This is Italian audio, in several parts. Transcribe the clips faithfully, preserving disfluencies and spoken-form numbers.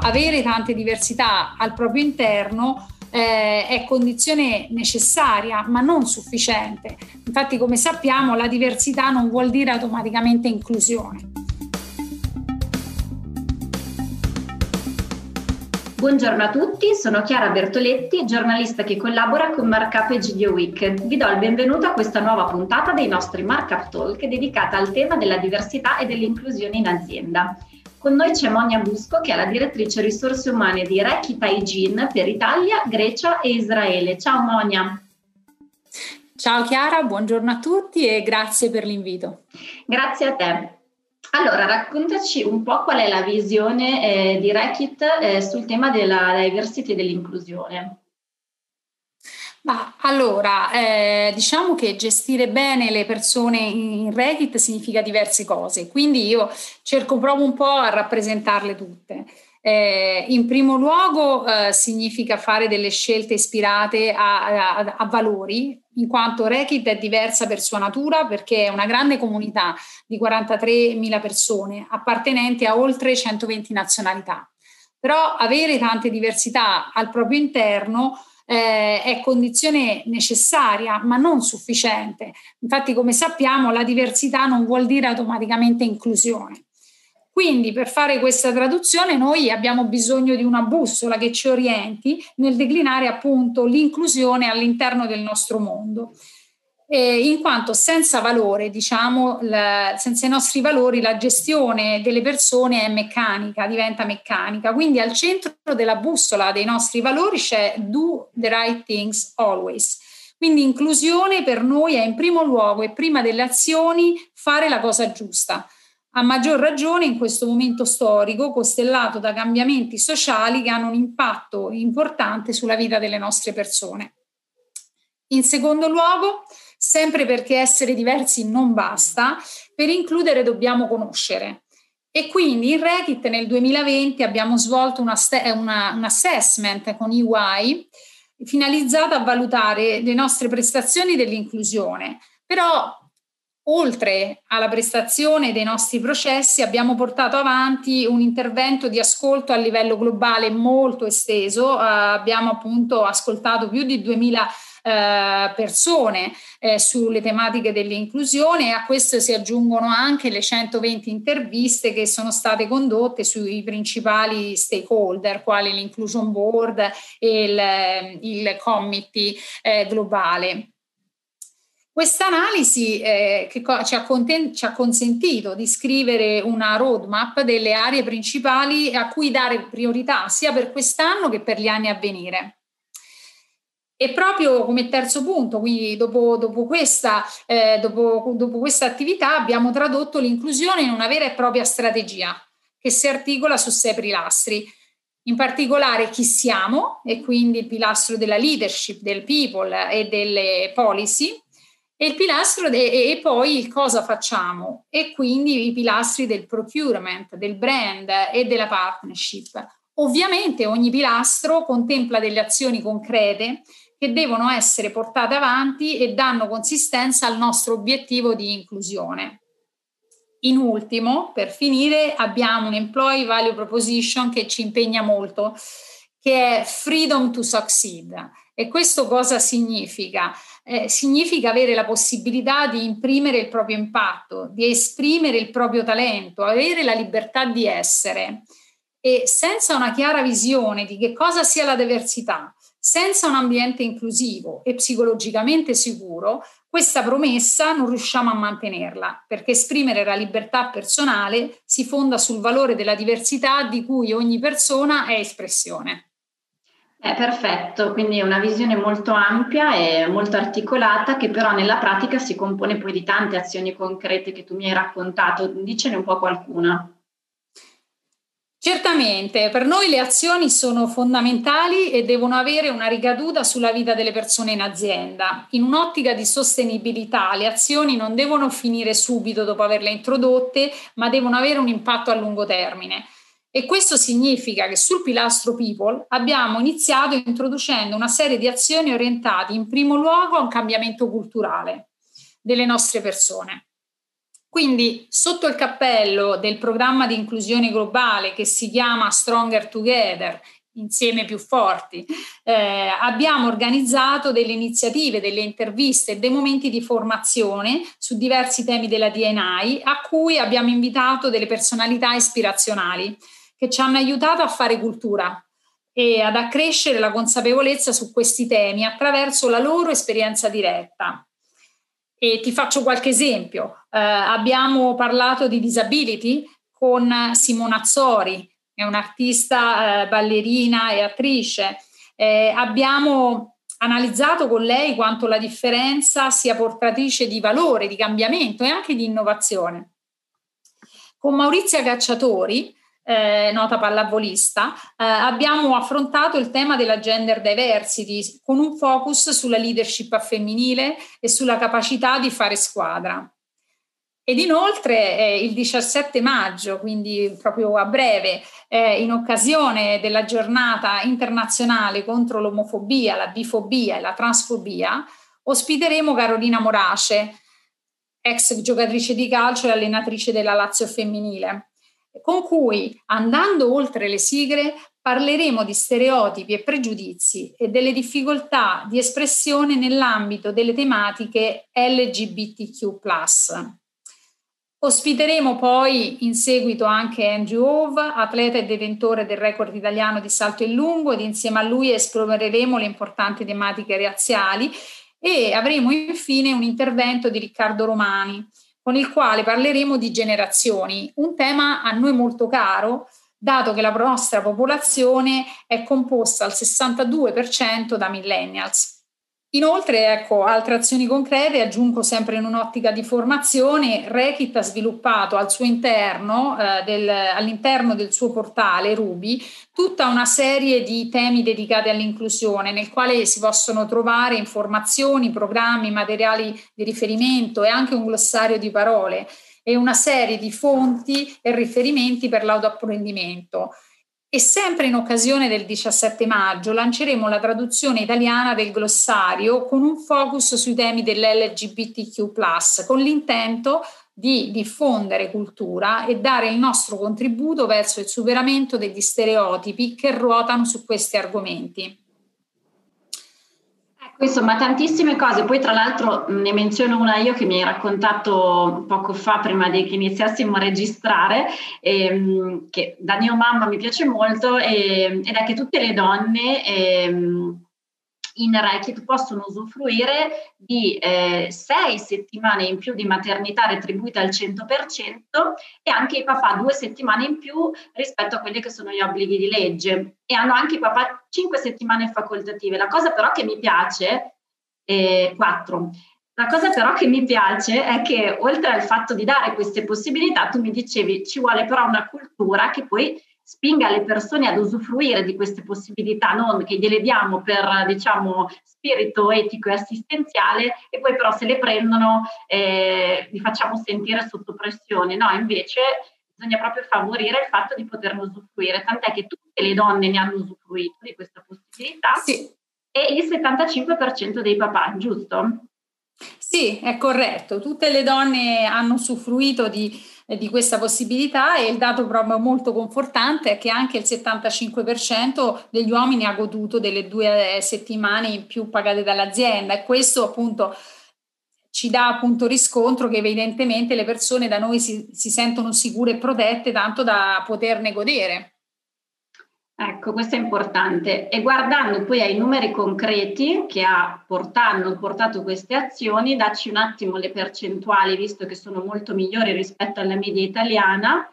avere tante diversità al proprio interno eh, è condizione necessaria, ma non sufficiente. Infatti, come sappiamo, la diversità non vuol dire automaticamente inclusione. Buongiorno a tutti, sono Chiara Bertoletti, giornalista che collabora con Markup e G D O Week. Vi do il benvenuto a questa nuova puntata dei nostri Markup Talk dedicata al tema della diversità e dell'inclusione in azienda. Con noi c'è Monia Busco, che è la direttrice risorse umane di Reckitt Hygiene per Italia, Grecia e Israele. Ciao Monia. Ciao Chiara, buongiorno a tutti e grazie per l'invito. Grazie a te. Allora, raccontaci un po' qual è la visione eh, di Reckitt eh, sul tema della diversity e dell'inclusione. Ma allora, eh, diciamo che gestire bene le persone in Reckitt significa diverse cose, quindi io cerco proprio un po' a rappresentarle tutte. Eh, in primo luogo eh, significa fare delle scelte ispirate a, a, a valori, in quanto Reckitt è diversa per sua natura, perché è una grande comunità di quarantatremila persone appartenenti a oltre centoventi nazionalità. Però avere tante diversità al proprio interno eh, è condizione necessaria, ma non sufficiente. Infatti, come sappiamo, la diversità non vuol dire automaticamente inclusione. Quindi, per fare questa traduzione, noi abbiamo bisogno di una bussola che ci orienti nel declinare appunto l'inclusione all'interno del nostro mondo. Eh, in quanto senza valore, diciamo, la, senza i nostri valori, la gestione delle persone è meccanica, diventa meccanica. Quindi al centro della bussola dei nostri valori c'è do the right things always. Quindi inclusione per noi è in primo luogo e prima delle azioni fare la cosa giusta. A maggior ragione in questo momento storico costellato da cambiamenti sociali che hanno un impatto importante sulla vita delle nostre persone. In secondo luogo, sempre perché essere diversi non basta, per includere dobbiamo conoscere. E quindi in Reckitt nel duemilaventi abbiamo svolto una, una, un assessment con E Y finalizzato a valutare le nostre prestazioni dell'inclusione. Però oltre alla prestazione dei nostri processi abbiamo portato avanti un intervento di ascolto a livello globale molto esteso, uh, abbiamo appunto ascoltato più di duemila uh, persone eh, sulle tematiche dell'inclusione e a questo si aggiungono anche le centoventi interviste che sono state condotte sui principali stakeholder quali l'Inclusion Board e il, il Committee eh, globale. Questa analisi eh, che co- ci, ha conten- ci ha consentito di scrivere una roadmap delle aree principali a cui dare priorità sia per quest'anno che per gli anni a venire. E proprio come terzo punto, quindi dopo, dopo, questa, eh, dopo, dopo questa attività abbiamo tradotto l'inclusione in una vera e propria strategia che si articola su sei pilastri. In particolare chi siamo, e quindi il pilastro della leadership, del people e delle policy, e il pilastro de- e poi il cosa facciamo, e quindi i pilastri del procurement, del brand e della partnership. Ovviamente ogni pilastro contempla delle azioni concrete che devono essere portate avanti e danno consistenza al nostro obiettivo di inclusione. In ultimo, per finire, abbiamo un Employee Value Proposition che ci impegna molto, che è Freedom to Succeed. E questo cosa significa? Eh, significa avere la possibilità di imprimere il proprio impatto, di esprimere il proprio talento, avere la libertà di essere. E senza una chiara visione di che cosa sia la diversità, senza un ambiente inclusivo e psicologicamente sicuro, questa promessa non riusciamo a mantenerla, perché esprimere la libertà personale si fonda sul valore della diversità di cui ogni persona è espressione. È perfetto, quindi è una visione molto ampia e molto articolata che però nella pratica si compone poi di tante azioni concrete che tu mi hai raccontato. Dicene un po' qualcuna. Certamente, per noi le azioni sono fondamentali e devono avere una ricaduta sulla vita delle persone in azienda. In un'ottica di sostenibilità, le azioni non devono finire subito dopo averle introdotte, ma devono avere un impatto a lungo termine. E questo significa che sul pilastro People abbiamo iniziato introducendo una serie di azioni orientate in primo luogo a un cambiamento culturale delle nostre persone. Quindi sotto il cappello del programma di inclusione globale che si chiama Stronger Together, insieme più forti, eh, abbiamo organizzato delle iniziative, delle interviste e dei momenti di formazione su diversi temi della D and I, a cui abbiamo invitato delle personalità ispirazionali che ci hanno aiutato a fare cultura e ad accrescere la consapevolezza su questi temi attraverso la loro esperienza diretta. E ti faccio qualche esempio. Eh, abbiamo parlato di disability con Simona Azzori, è un'artista eh, ballerina e attrice. Eh, abbiamo analizzato con lei quanto la differenza sia portatrice di valore, di cambiamento e anche di innovazione. Con Maurizia Cacciatori, eh, nota pallavolista, eh, abbiamo affrontato il tema della gender diversity con un focus sulla leadership femminile e sulla capacità di fare squadra. Ed inoltre eh, il diciassette maggio, quindi proprio a breve, eh, in occasione della giornata internazionale contro l'omofobia, la bifobia e la transfobia, ospiteremo Carolina Morace, ex giocatrice di calcio e allenatrice della Lazio femminile, con cui, andando oltre le sigle, parleremo di stereotipi e pregiudizi e delle difficoltà di espressione nell'ambito delle tematiche L G B T Q plus. Ospiteremo poi in seguito anche Andrew Hove, atleta e detentore del record italiano di salto in lungo, ed insieme a lui esploreremo le importanti tematiche razziali, e avremo infine un intervento di Riccardo Romani, con il quale parleremo di generazioni, un tema a noi molto caro, dato che la nostra popolazione è composta al sessantadue per cento da millennials. Inoltre, ecco, altre azioni concrete, aggiungo sempre in un'ottica di formazione, Rekit ha sviluppato al suo interno, eh, del, all'interno del suo portale Ruby, tutta una serie di temi dedicati all'inclusione, nel quale si possono trovare informazioni, programmi, materiali di riferimento e anche un glossario di parole e una serie di fonti e riferimenti per l'autoapprendimento. E sempre in occasione del diciassette maggio lanceremo la traduzione italiana del glossario con un focus sui temi dell'L G B T Q plus, con l'intento di diffondere cultura e dare il nostro contributo verso il superamento degli stereotipi che ruotano su questi argomenti. Insomma, tantissime cose. Poi tra l'altro ne menziono una io che mi hai raccontato poco fa, prima di che iniziassimo a registrare, ehm, che da neomamma mi piace molto, e, ed è che tutte le donne ehm, in Rekit possono usufruire di eh, sei settimane in più di maternità retribuita al cento per cento e anche i papà due settimane in più rispetto a quelli che sono gli obblighi di legge, e hanno anche i papà cinque settimane facoltative. La cosa però che mi piace, eh, quattro. La cosa però che mi piace è che oltre al fatto di dare queste possibilità, tu mi dicevi ci vuole però una cultura che poi spinga le persone ad usufruire di queste possibilità, non che gliele diamo per, diciamo, spirito etico e assistenziale e poi però se le prendono eh, li facciamo sentire sotto pressione. No, invece bisogna proprio favorire il fatto di poterne usufruire, tant'è che tutte le donne ne hanno usufruito di questa possibilità, sì, e il settantacinque per cento dei papà, giusto? Sì, è corretto, tutte le donne hanno usufruito di di questa possibilità, e il dato proprio molto confortante è che anche il settantacinque per cento degli uomini ha goduto delle due settimane in più pagate dall'azienda, e questo appunto ci dà appunto riscontro che evidentemente le persone da noi si, si sentono sicure e protette tanto da poterne godere. Ecco, questo è importante. E guardando poi ai numeri concreti che ha portato, hanno portato queste azioni, dacci un attimo le percentuali, visto che sono molto migliori rispetto alla media italiana,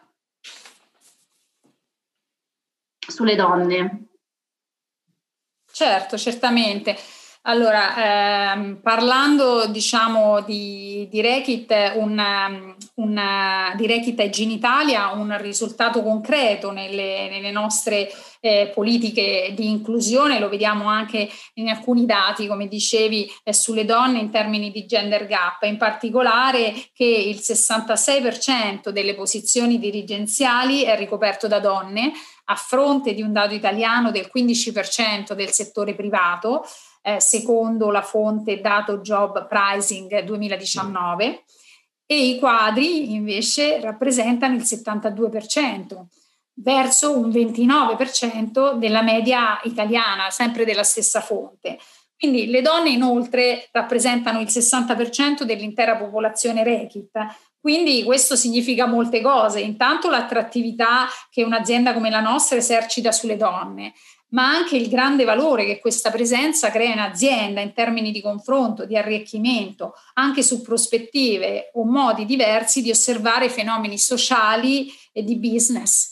sulle donne. Certo, certamente. Allora, ehm, parlando diciamo di, di Rekit, un, un, di Rekit Aging Italia, un risultato concreto nelle, nelle nostre eh, politiche di inclusione, lo vediamo anche in alcuni dati, come dicevi, eh, sulle donne in termini di gender gap, in particolare che il sessantasei per cento delle posizioni dirigenziali è ricoperto da donne, a fronte di un dato italiano del quindici per cento del settore privato, eh, secondo la fonte Dato Job Pricing duemiladiciannove, e i quadri invece rappresentano il settantadue per cento verso un ventinove per cento della media italiana, sempre della stessa fonte. Quindi le donne inoltre rappresentano il sessanta per cento dell'intera popolazione Reckitt. Quindi questo significa molte cose, intanto l'attrattività che un'azienda come la nostra esercita sulle donne, ma anche il grande valore che questa presenza crea in azienda in termini di confronto, di arricchimento, anche su prospettive o modi diversi di osservare fenomeni sociali e di business.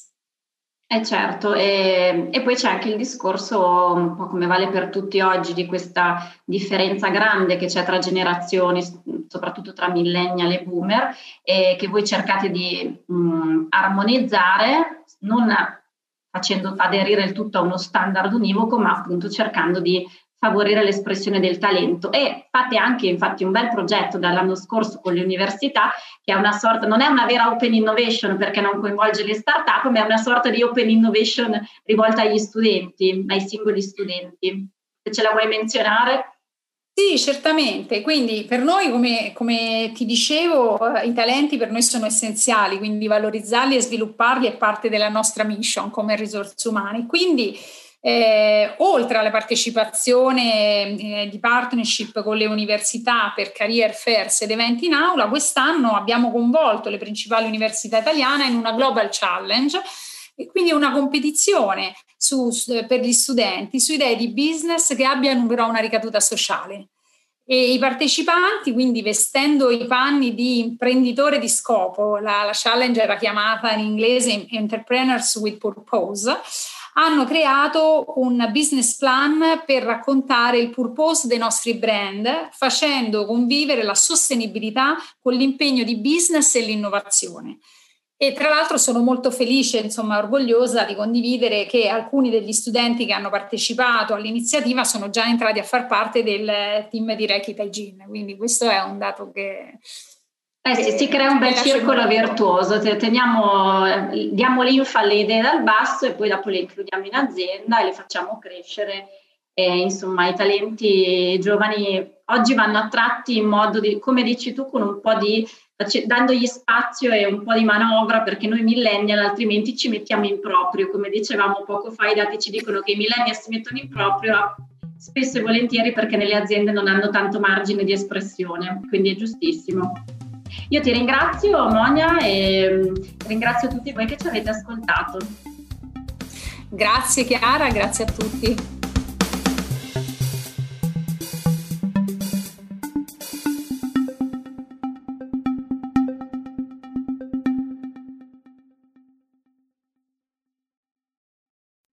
Eh certo, e, e poi c'è anche il discorso, un po' come vale per tutti oggi, di questa differenza grande che c'è tra generazioni, soprattutto tra millennial e boomer, e che voi cercate di mh, armonizzare, non facendo aderire il tutto a uno standard univoco, ma appunto cercando di favorire l'espressione del talento. E fate anche infatti un bel progetto dall'anno scorso con le università, che è una sorta, non è una vera open innovation perché non coinvolge le start-up, ma è una sorta di open innovation rivolta agli studenti, ai singoli studenti. Se ce la vuoi menzionare? Sì, certamente. Quindi per noi, come, come ti dicevo, i talenti per noi sono essenziali, quindi valorizzarli e svilupparli è parte della nostra mission come risorse umane. Quindi Eh, oltre alla partecipazione eh, di partnership con le università per career fairs ed eventi in aula, quest'anno abbiamo coinvolto le principali università italiane in una Global Challenge, e quindi una competizione su, per gli studenti su idee di business che abbiano però una ricaduta sociale. E i partecipanti, quindi vestendo i panni di imprenditore di scopo, la, la challenge era chiamata in inglese Entrepreneurs with Purpose, hanno creato un business plan per raccontare il purpose dei nostri brand, facendo convivere la sostenibilità con l'impegno di business e l'innovazione. E tra l'altro sono molto felice, insomma orgogliosa di condividere che alcuni degli studenti che hanno partecipato all'iniziativa sono già entrati a far parte del team di Reckitt Hygiene, quindi questo è un dato che... Eh sì, si crea un bel circolo virtuoso, teniamo, diamo linfa alle idee dal basso e poi dopo le includiamo in azienda e le facciamo crescere. E, insomma, i talenti giovani oggi vanno attratti in modo di, come dici tu, con un po' di, dandogli spazio e un po' di manovra, perché noi millennial altrimenti ci mettiamo in proprio. Come dicevamo poco fa, i dati ci dicono che i millennial si mettono in proprio spesso e volentieri perché nelle aziende non hanno tanto margine di espressione, quindi è giustissimo. Io ti ringrazio Monia e ringrazio tutti voi che ci avete ascoltato. Grazie Chiara, grazie a tutti.